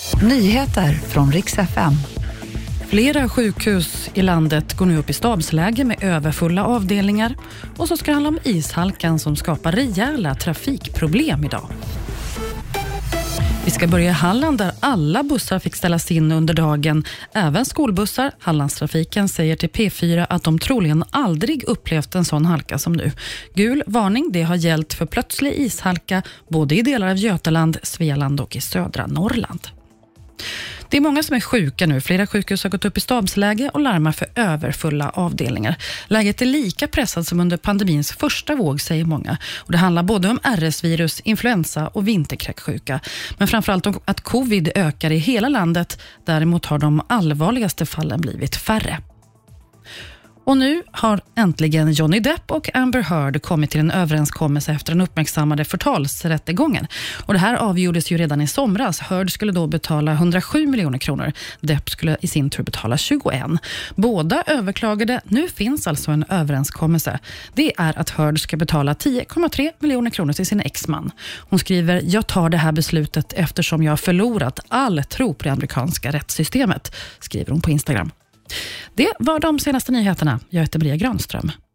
Nyheter från Rix FM. Flera sjukhus i landet går nu upp i stabsläge med överfulla avdelningar. Och så ska det handla om ishalkan som skapar rejäla trafikproblem idag. Vi ska börja i Halland där alla bussar fick ställas in under dagen, även skolbussar. Hallandstrafiken säger till P4 att de troligen aldrig upplevt en sån halka som nu. Gul varning, det har gällt för plötslig ishalka både i delar av Götaland, Svealand och i södra Norrland. Det är många som är sjuka nu. Flera sjukhus har gått upp i stabsläge och larmar för överfulla avdelningar. Läget är lika pressat som under pandemins första våg, säger många. Och det handlar både om RS-virus, influensa och vinterkräksjuka. Men framförallt om att covid ökar i hela landet. Däremot har de allvarligaste fallen blivit färre. Och nu har äntligen Johnny Depp och Amber Heard kommit till en överenskommelse efter den uppmärksammade förtalsrättegången. Och det här avgjordes ju redan i somras. Heard skulle då betala 107 miljoner kronor. Depp skulle i sin tur betala 21. Båda överklagade. Nu finns alltså en överenskommelse. Det är att Heard ska betala 10,3 miljoner kronor till sin exman. Hon skriver: jag tar det här beslutet eftersom jag har förlorat all tro på det amerikanska rättssystemet, skriver hon på Instagram. Det var de senaste nyheterna. Jag heter Maria Granström.